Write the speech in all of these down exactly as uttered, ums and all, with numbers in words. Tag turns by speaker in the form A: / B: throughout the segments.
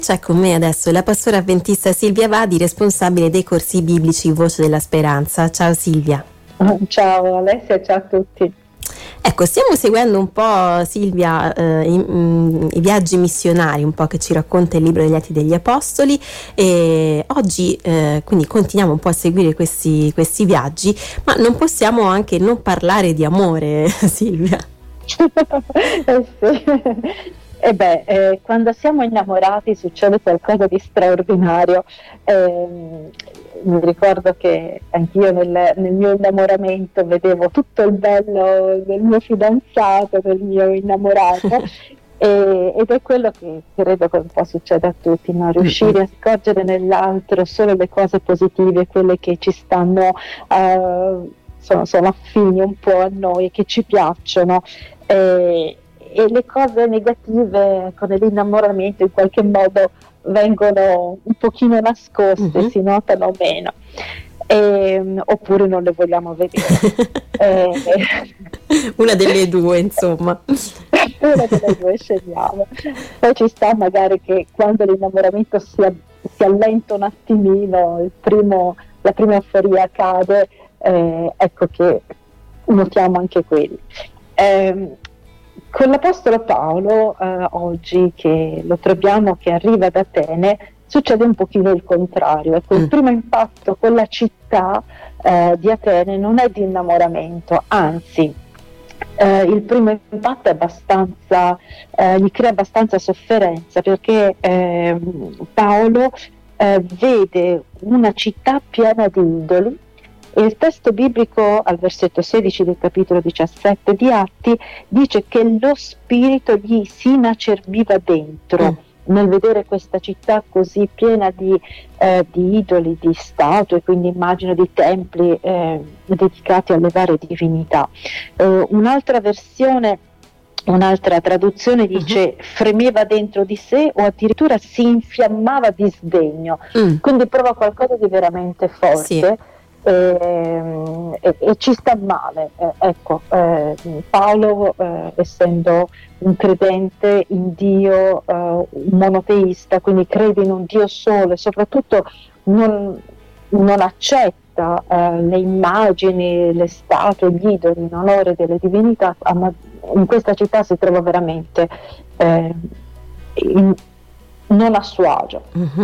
A: C'è con me adesso la pastora avventista Silvia Vadi, responsabile dei corsi biblici Voce della Speranza. Ciao Silvia.
B: Ciao Alessia, ciao a tutti.
A: Ecco, stiamo seguendo un po', Silvia, eh, i, mh, i viaggi missionari, un po' che ci racconta il libro degli Atti degli Apostoli, e oggi eh, quindi continuiamo un po' a seguire questi, questi viaggi, ma non possiamo anche non parlare di amore, Silvia.
B: eh sì. E beh, eh, quando siamo innamorati succede qualcosa di straordinario. Eh, mi ricordo che anch'io nel, nel mio innamoramento vedevo tutto il bello del mio fidanzato, del mio innamorato, e, ed è quello che credo che un po' succede a tutti, no? Riuscire a scorgere nell'altro solo le cose positive, quelle che ci stanno, uh, sono, sono affini un po' a noi, che ci piacciono. E, e le cose negative con l'innamoramento in qualche modo vengono un pochino nascoste, mm-hmm. si notano meno, e, oppure non le vogliamo vedere. e,
A: una delle due, insomma.
B: Una delle due scegliamo. Poi ci sta magari che quando l'innamoramento si, si allenta un attimino, il primo, la prima euforia cade, eh, ecco che notiamo anche quelli. Eh, Con l'Apostolo Paolo eh, oggi, che lo troviamo che arriva ad Atene, succede un pochino il contrario. Ecco, mm. Il primo impatto con la città eh, di Atene non è di innamoramento, anzi eh, il primo impatto è abbastanza, eh, gli crea abbastanza sofferenza, perché eh, Paolo eh, vede una città piena di idoli. E il testo biblico al versetto sedici del capitolo diciassette di Atti dice che lo spirito gli si inacerbiva dentro mm. nel vedere questa città così piena di, eh, di idoli, di statue, quindi immagino di templi eh, dedicati alle varie divinità. Eh, un'altra versione, un'altra traduzione dice uh-huh. fremeva dentro di sé, o addirittura si infiammava di sdegno, mm. quindi prova qualcosa di veramente forte. Sì. E, e, e ci sta male, eh, ecco, eh, Paolo eh, essendo un credente in Dio, eh, un monoteista, quindi crede in un Dio solo e soprattutto non, non accetta eh, le immagini, le statue, gli idoli in onore delle divinità, ma in questa città si trova veramente eh, in, non a suo agio. Mm-hmm.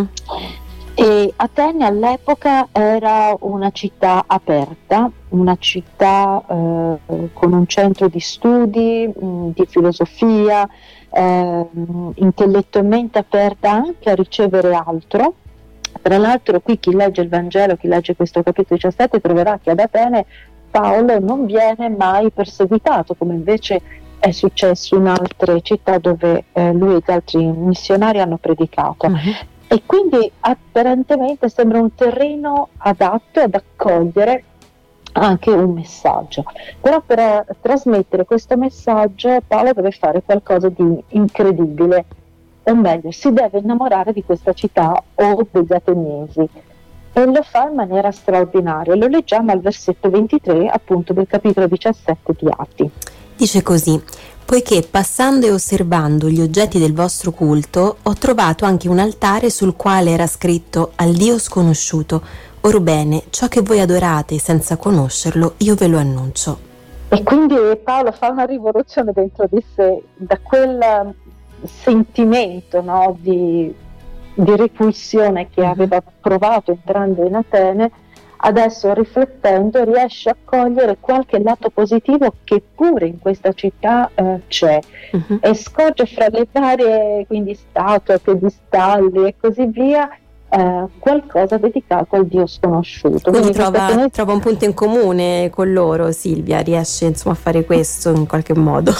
B: E Atene all'epoca era una città aperta, una città eh, con un centro di studi, mh, di filosofia, eh, intellettualmente aperta anche a ricevere altro. Tra l'altro qui chi legge il Vangelo, chi legge questo capitolo diciassette, troverà che ad Atene Paolo non viene mai perseguitato, come invece è successo in altre città dove eh, lui e gli altri missionari hanno predicato. Uh-huh. E quindi apparentemente sembra un terreno adatto ad accogliere anche un messaggio. Però per trasmettere questo messaggio Paolo deve fare qualcosa di incredibile, o meglio, si deve innamorare di questa città o degli ateniesi, e lo fa in maniera straordinaria. Lo leggiamo al versetto ventitré appunto del capitolo diciassette di Atti.
A: Dice così: poiché passando e osservando gli oggetti del vostro culto ho trovato anche un altare sul quale era scritto al Dio sconosciuto. Orbene, ciò che voi adorate senza conoscerlo io ve lo annuncio.
B: E quindi Paolo fa una rivoluzione dentro di sé, da quel sentimento, no, di, di repulsione che uh-huh. aveva provato entrando in Atene. Adesso, riflettendo, riesce a cogliere qualche lato positivo che pure in questa città eh, c'è, uh-huh. e scorge fra le varie, quindi statue, piedistalli e così via, eh, qualcosa dedicato al Dio sconosciuto.
A: Quindi, Quindi trova, tenere... trova un punto in comune con loro, Silvia, riesce insomma a fare questo in qualche modo.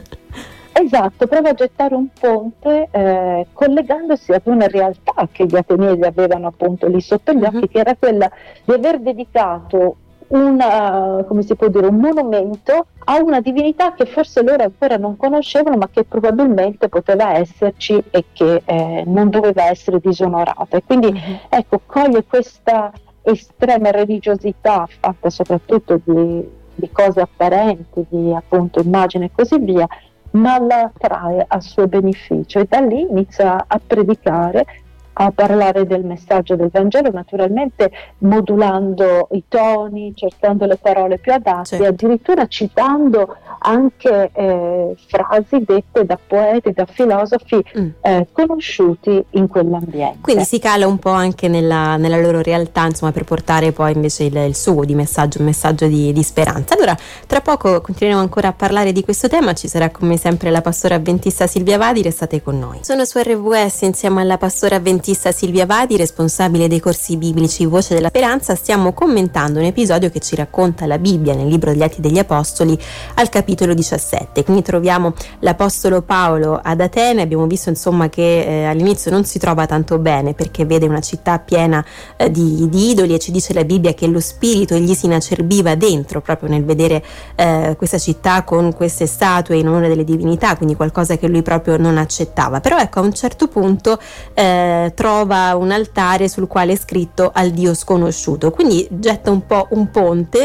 B: Esatto, prova a gettare un ponte eh, collegandosi ad una realtà che gli ateniesi avevano appunto lì sotto gli occhi, uh-huh. che era quella di aver dedicato una, come si può dire, un monumento a una divinità che forse loro ancora non conoscevano, ma che probabilmente poteva esserci e che eh, non doveva essere disonorata. E quindi uh-huh. ecco, coglie questa estrema religiosità fatta soprattutto di, di cose apparenti, di appunto immagini e così via, ma la trae a suo beneficio, e da lì inizia a predicare, a parlare del messaggio del Vangelo, naturalmente modulando i toni, cercando le parole più adatte,
A: certo.
B: addirittura citando anche eh, frasi dette da poeti, da filosofi mm. eh, conosciuti in quell'ambiente.
A: Quindi si cala un po' anche nella, nella loro realtà, insomma, per portare poi invece il, il suo di messaggio, un messaggio di, di speranza. Allora, tra poco continueremo ancora a parlare di questo tema, ci sarà come sempre la pastora avventista Silvia Vadi, restate con noi. Sono su R W S insieme alla pastora avventista Silvia Vadi, responsabile dei corsi biblici Voce della Speranza. Stiamo commentando un episodio che ci racconta la Bibbia nel libro degli Atti degli Apostoli al capitolo diciassette. Quindi troviamo l'Apostolo Paolo ad Atene. Abbiamo visto insomma che eh, all'inizio non si trova tanto bene perché vede una città piena eh, di, di idoli, e ci dice la Bibbia che lo spirito gli si inacerbiva dentro proprio nel vedere eh, questa città con queste statue in onore delle divinità, quindi qualcosa che lui proprio non accettava. Però ecco, a un certo punto eh, trova un altare sul quale è scritto al Dio sconosciuto, quindi getta un po' un ponte,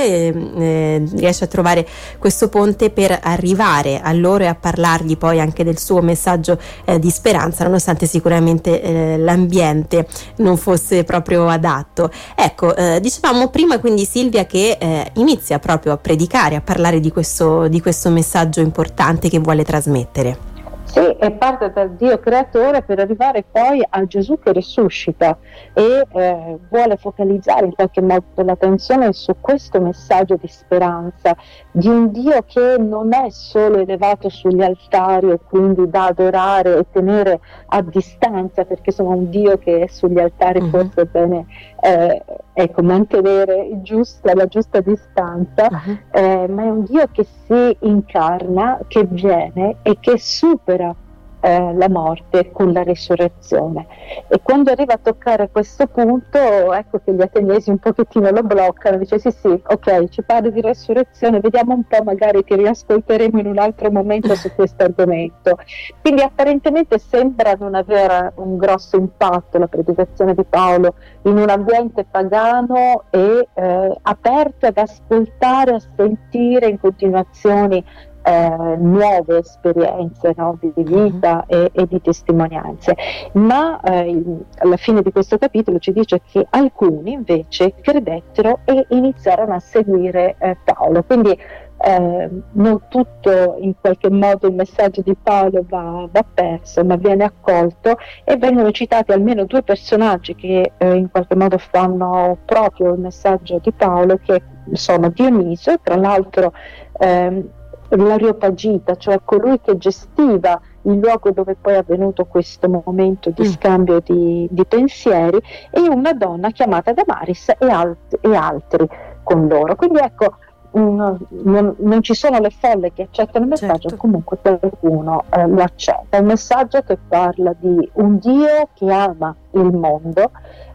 A: eh, riesce a trovare questo ponte per arrivare a loro e a parlargli poi anche del suo messaggio eh, di speranza, nonostante sicuramente eh, l'ambiente non fosse proprio adatto. Ecco, eh, dicevamo prima quindi Silvia che eh, inizia proprio a predicare, a parlare di questo, di questo messaggio importante che vuole trasmettere.
B: Sì, e parte dal Dio creatore per arrivare poi a Gesù che risuscita, e eh, vuole focalizzare in qualche modo l'attenzione su questo messaggio di speranza, di un Dio che non è solo elevato sugli altari e quindi da adorare e tenere a distanza, perché insomma un Dio che è sugli altari mm-hmm. forse è bene eh, ecco, mantenere giusta, la giusta distanza, uh-huh. eh, ma è un Dio che si incarna, che viene e che supera eh, la morte con la risurrezione. E quando arriva a toccare questo punto, ecco che gli ateniesi un pochettino lo bloccano, dice sì sì, ok, ci parli di resurrezione, vediamo un po', magari ti riascolteremo in un altro momento su questo argomento. Quindi apparentemente sembra non avere un grosso impatto la predicazione di Paolo in un ambiente pagano e eh, aperto ad ascoltare, a sentire in continuazione Eh, nuove esperienze, no, di vita uh-huh. e, e di testimonianze, ma eh, alla fine di questo capitolo ci dice che alcuni invece credettero e iniziarono a seguire eh, Paolo, quindi eh, non tutto in qualche modo il messaggio di Paolo va, va perso, ma viene accolto, e vengono citati almeno due personaggi che eh, in qualche modo fanno proprio il messaggio di Paolo, che sono Dioniso, tra l'altro ehm, l'Areopagita, cioè colui che gestiva il luogo dove poi è avvenuto questo momento di scambio di, di pensieri, e una donna chiamata Damaris e, alt- e altri con loro. Quindi ecco, mh, non, non ci sono le folle che accettano il messaggio, certo. Comunque qualcuno eh, lo accetta. È un messaggio che parla di un Dio che ama il mondo,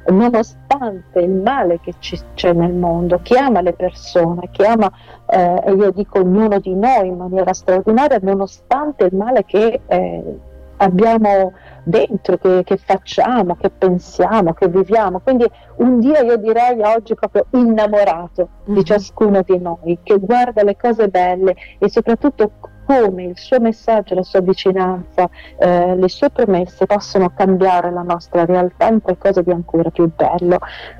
B: nonostante il male che ci, c'è nel mondo, che ama le persone, che ama, eh, e io dico ognuno di noi in maniera straordinaria, nonostante il male che eh, abbiamo dentro, che, che facciamo, che pensiamo, che viviamo. Quindi un Dio, io direi oggi, proprio innamorato mm-hmm. di ciascuno di noi, che guarda le cose belle e soprattutto come il suo messaggio, la sua vicinanza, eh, le sue promesse possono cambiare la nostra realtà in qualcosa di ancora più bello.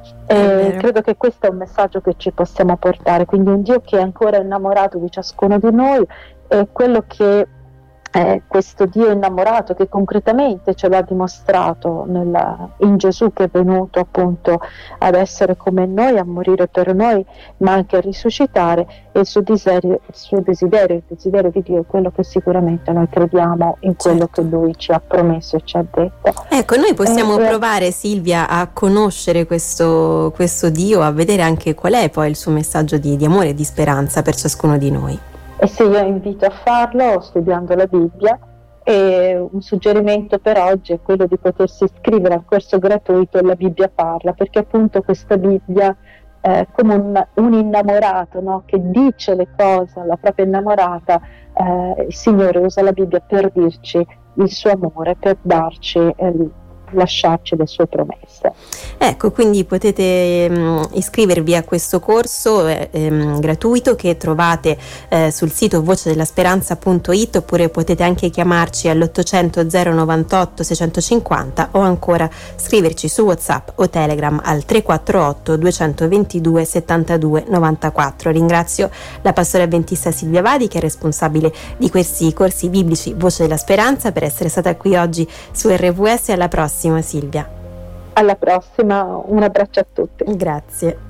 B: E credo che questo è un messaggio che ci possiamo portare, quindi un Dio che è ancora innamorato di ciascuno di noi, e quello che è questo Dio innamorato che concretamente ce l'ha dimostrato nella, in Gesù, che è venuto appunto ad essere come noi, a morire per noi, ma anche a risuscitare, e il suo desiderio, il suo desiderio, il desiderio di Dio è quello che sicuramente noi crediamo in quello certo. che Lui ci ha promesso e ci ha detto.
A: Ecco, noi possiamo
B: eh,
A: provare, Silvia, a conoscere questo, questo Dio, a vedere anche qual è poi il suo messaggio di, di amore e di speranza per ciascuno di noi.
B: E se io invito a farlo studiando la Bibbia, e un suggerimento per oggi è quello di potersi iscrivere al corso gratuito La Bibbia Parla, perché appunto questa Bibbia eh, come un, un innamorato, no? che dice le cose alla propria innamorata, eh, il Signore usa la Bibbia per dirci il suo amore, per darci eh, lasciarci le sue promesse.
A: Ecco, quindi potete mh, iscrivervi a questo corso eh, ehm, gratuito che trovate eh, sul sito voce della speranza punto it, oppure potete anche chiamarci all'ottocento zero novantotto seicentocinquanta o ancora scriverci su WhatsApp o Telegram al tre quattro otto duecentoventidue settantadue novantaquattro. Ringrazio la pastora avventista Silvia Vadi, che è responsabile di questi corsi biblici Voce della Speranza, per essere stata qui oggi su R V S. Alla prossima, Silvia.
B: Alla prossima, un abbraccio a tutti.
A: Grazie.